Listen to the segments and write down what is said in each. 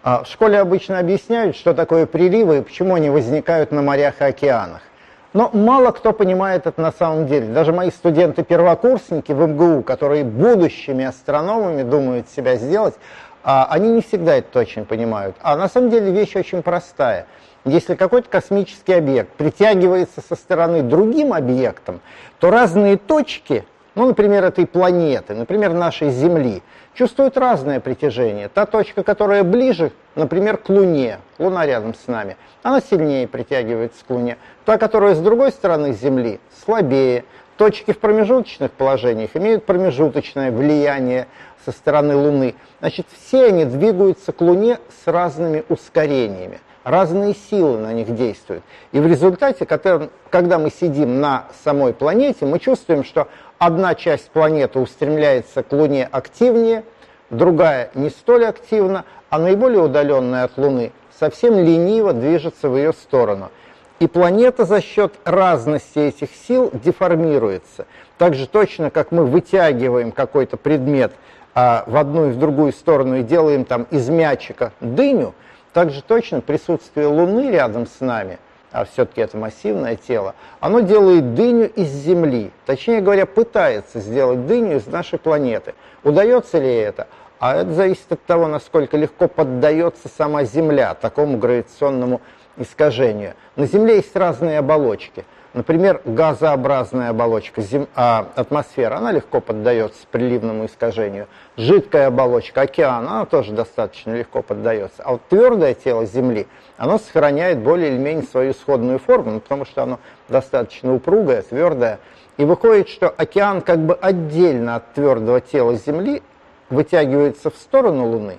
В школе обычно объясняют, что такое приливы и почему они возникают на морях и океанах. Но мало кто понимает это на самом деле. Даже мои студенты-первокурсники в МГУ, которые будущими астрономами думают себя сделать, они не всегда это точно понимают. А на самом деле вещь очень простая. Если какой-то космический объект притягивается со стороны другим объектом, то разные точки, ну, например, этой планеты, например, нашей Земли, чувствуют разное притяжение. Та точка, которая ближе, например, к Луне, Луна рядом с нами, она сильнее притягивается к Луне. Та, которая с другой стороны Земли, слабее. Точки в промежуточных положениях имеют промежуточное влияние со стороны Луны. Значит, все они двигаются к Луне с разными ускорениями. Разные силы на них действуют. И в результате, когда мы сидим на самой планете, мы чувствуем, что одна часть планеты устремляется к Луне активнее, другая не столь активно, а наиболее удаленная от Луны совсем лениво движется в ее сторону. И планета за счет разности этих сил деформируется. Так же точно, как мы вытягиваем какой-то предмет в одну и в другую сторону и делаем там из мячика дыню, так же точно присутствие Луны рядом с нами, а все-таки это массивное тело, оно делает дыню из Земли. Точнее говоря, пытается сделать дыню из нашей планеты. Удается ли это? А это зависит от того, насколько легко поддается сама Земля такому гравитационному искажению. На Земле есть разные оболочки. Например, газообразная оболочка, атмосфера, она легко поддается приливному искажению. Жидкая оболочка, океан, она тоже достаточно легко поддается. А вот твердое тело Земли, оно сохраняет более или менее свою исходную форму, потому что оно достаточно упругое, твердое. И выходит, что океан как бы отдельно от твердого тела Земли вытягивается в сторону Луны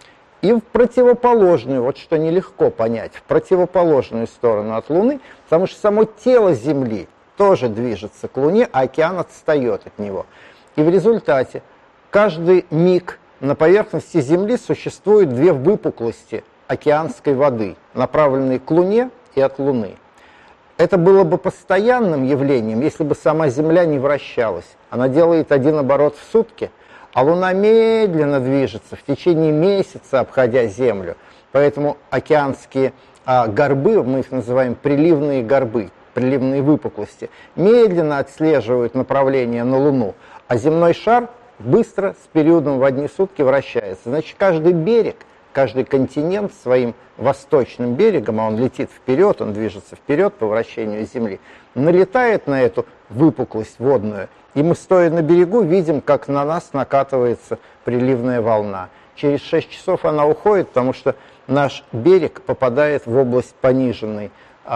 и в противоположную, вот что нелегко понять, в противоположную сторону от Луны, потому что само тело Земли тоже движется к Луне, а океан отстает от него. И в результате каждый миг на поверхности Земли существует две выпуклости океанской воды, направленные к Луне и от Луны. Это было бы постоянным явлением, если бы сама Земля не вращалась. Она делает один оборот в сутки, а Луна медленно движется в течение месяца, обходя Землю. Поэтому океанские горбы, мы их называем приливные горбы, приливные выпуклости, медленно отслеживают направление на Луну, а земной шар быстро, с периодом в одни сутки вращается. Значит, каждый берег, каждый континент своим восточным берегом, а он летит вперед, он движется вперед по вращению Земли, налетает на эту выпуклость водную, и мы, стоя на берегу, видим, как на нас накатывается приливная волна. Через 6 часов она уходит, потому что наш берег попадает в область пониженного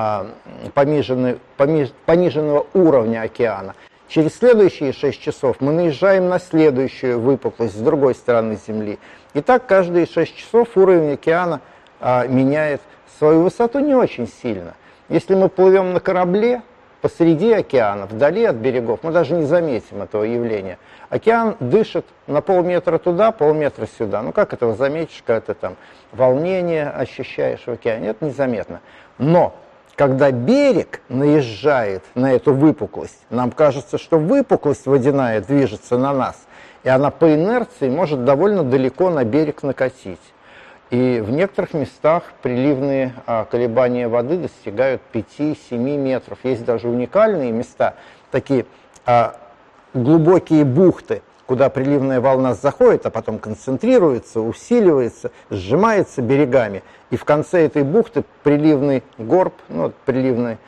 уровня океана. Через следующие 6 часов мы наезжаем на следующую выпуклость с другой стороны Земли. И так каждые 6 часов уровень океана меняет свою высоту не очень сильно. Если мы плывем на корабле посреди океана, вдали от берегов, мы даже не заметим этого явления. Океан дышит на полметра туда, полметра сюда. Ну как этого заметишь, когда ты там волнение ощущаешь в океане? Это незаметно. Но когда берег наезжает на эту выпуклость, нам кажется, что выпуклость водяная движется на нас, и она по инерции может довольно далеко на берег накатить. И в некоторых местах приливные колебания воды достигают 5-7 метров. Есть даже уникальные места, такие глубокие бухты, куда приливная волна заходит, а потом концентрируется, усиливается, сжимается берегами. И в конце этой бухты приливный горб, ну, приливный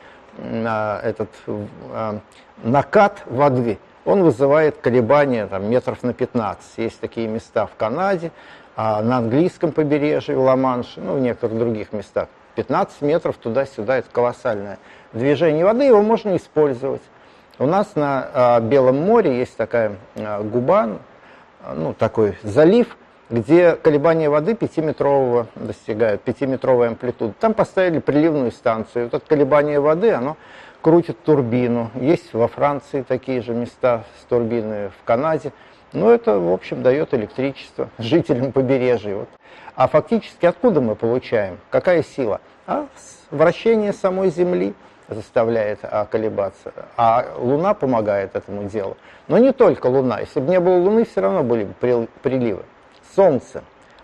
накат воды, он вызывает колебания там, метров на 15. Есть такие места в Канаде, на английском побережье, в Ла-Манше, ну, в некоторых других местах. 15 метров туда-сюда, это колоссальное движение воды, его можно использовать. У нас на Белом море есть такая губа, ну, такой залив, где колебания воды 5-метрового достигают, 5-метровой амплитуды. Там поставили приливную станцию. Вот это колебание воды, оно крутит турбину. Есть во Франции такие же места с турбиной, в Канаде. Но это, в общем, дает электричество жителям побережья. Вот. А фактически откуда мы получаем? Какая сила? Вращение самой Земли заставляет колебаться, а Луна помогает этому делу. Но не только Луна. Если бы не было Луны, все равно были бы приливы. Солнце.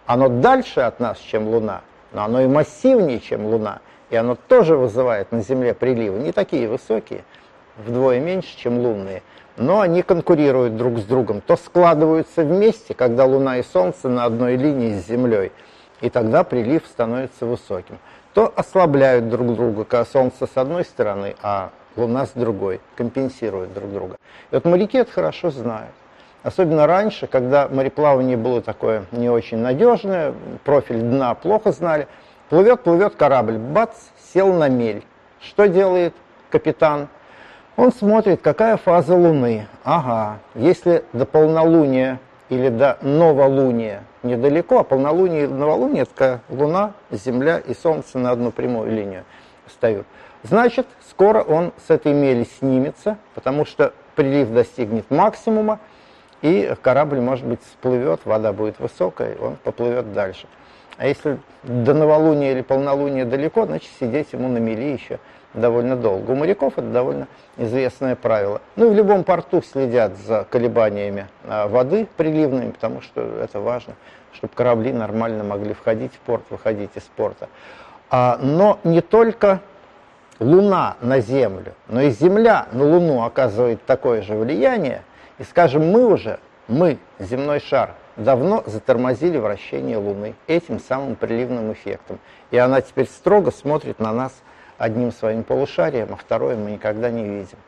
Оно дальше от нас, чем Луна, но оно и массивнее, чем Луна. И оно тоже вызывает на Земле приливы. Не такие высокие, вдвое меньше, чем лунные. Но они конкурируют друг с другом. То складываются вместе, когда Луна и Солнце на одной линии с Землей. И тогда прилив становится высоким. То ослабляют друг друга, когда Солнце с одной стороны, а Луна с другой. Компенсируют друг друга. И вот моряки это хорошо знают. Особенно раньше, когда мореплавание было такое не очень надежное, профиль дна плохо знали. Плывет корабль, бац, сел на мель. Что делает капитан? Он смотрит, какая фаза Луны. Ага, если до полнолуния или до новолуния недалеко, а полнолуние и новолуние, это когда Луна, Земля и Солнце на одну прямую линию встают. Значит, скоро он с этой мели снимется, потому что прилив достигнет максимума, и корабль, может быть, всплывет, вода будет высокая, он поплывет дальше. А если до новолуния или полнолуния далеко, значит, сидеть ему на мели еще довольно долго. У моряков это довольно известное правило. Ну и в любом порту следят за колебаниями воды приливными, потому что это важно, чтобы корабли нормально могли входить в порт, выходить из порта. Но не только Луна на Землю, но и Земля на Луну оказывает такое же влияние. И, скажем, мы, земной шар, давно затормозили вращение Луны этим самым приливным эффектом. И она теперь строго смотрит на нас одним своим полушарием, а второе мы никогда не видим.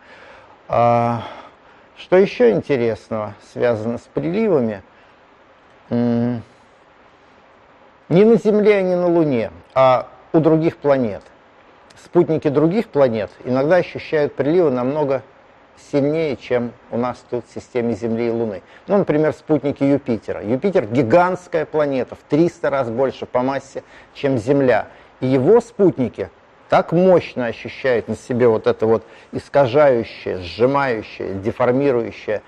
Что еще интересного связано с приливами? Не на Земле, а не на Луне, а у других планет. Спутники других планет иногда ощущают приливы намного сильнее, чем у нас тут в системе Земли и Луны. Ну, например, спутники Юпитера. Юпитер – гигантская планета, в 300 раз больше по массе, чем Земля. И его спутники так мощно ощущают на себе вот это вот искажающее, сжимающее, деформирующее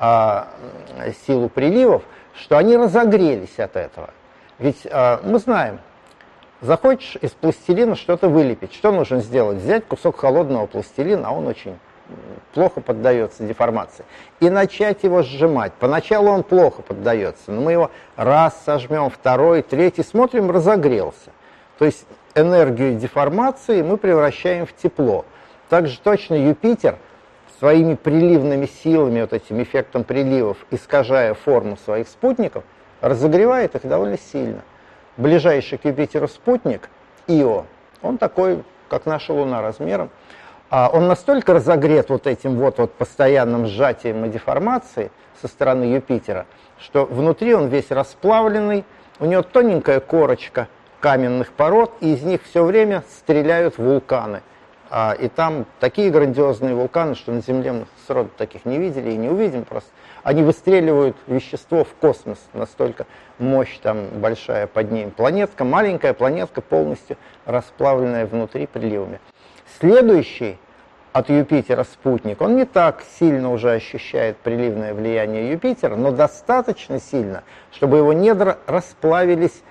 силу приливов, что они разогрелись от этого. Ведь мы знаем, захочешь из пластилина что-то вылепить, что нужно сделать? Взять кусок холодного пластилина, а он очень плохо поддается деформации, и начать его сжимать. Поначалу он плохо поддается, но мы его раз сожмем, второй, третий, смотрим, разогрелся. То есть энергию деформации мы превращаем в тепло. Также точно Юпитер своими приливными силами, вот этим эффектом приливов, искажая форму своих спутников, разогревает их довольно сильно. Ближайший к Юпитеру спутник, Ио, он такой, как наша Луна размером, он настолько разогрет вот этим вот постоянным сжатием и деформацией со стороны Юпитера, что внутри он весь расплавленный, у него тоненькая корочка каменных пород, и из них все время стреляют вулканы. И там такие грандиозные вулканы, что на Земле мы сроду таких не видели и не увидим просто. Они выстреливают вещество в космос, настолько мощь там большая под ним. Планетка, маленькая планетка, полностью расплавленная внутри приливами. Следующий от Юпитера спутник, он не так сильно уже ощущает приливное влияние Юпитера, но достаточно сильно, чтобы его недра расплавились,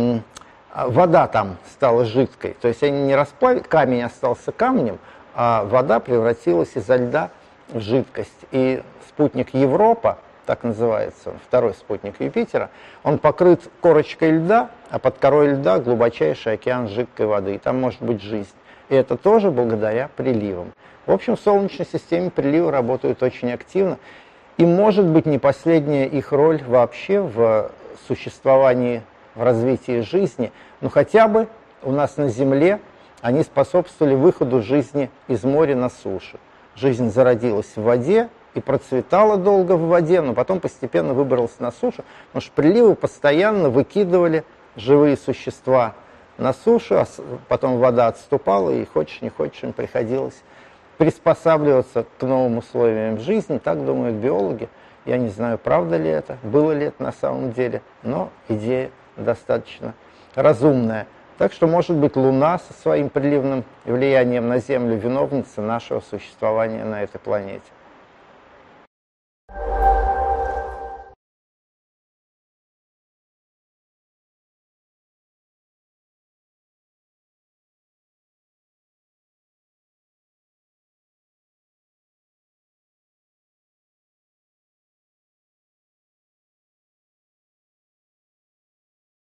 вода там стала жидкой. То есть они не расплавились, камень остался камнем, а вода превратилась изо льда в жидкость. И спутник Европа, так называется, второй спутник Юпитера, он покрыт корочкой льда, а под корой льда глубочайший океан жидкой воды, и там может быть жизнь. И это тоже благодаря приливам. В общем, в Солнечной системе приливы работают очень активно. И, может быть, не последняя их роль вообще в существовании, в развитии жизни. Но хотя бы у нас на Земле они способствовали выходу жизни из моря на сушу. Жизнь зародилась в воде и процветала долго в воде, но потом постепенно выбралась на сушу, потому что приливы постоянно выкидывали живые существа на сушу, а потом вода отступала, и хочешь не хочешь, им приходилось приспосабливаться к новым условиям жизни. Так думают биологи. Я не знаю, правда ли это, было ли это на самом деле, но идея достаточно разумная. Так что, может быть, Луна со своим приливным влиянием на Землю виновница нашего существования на этой планете.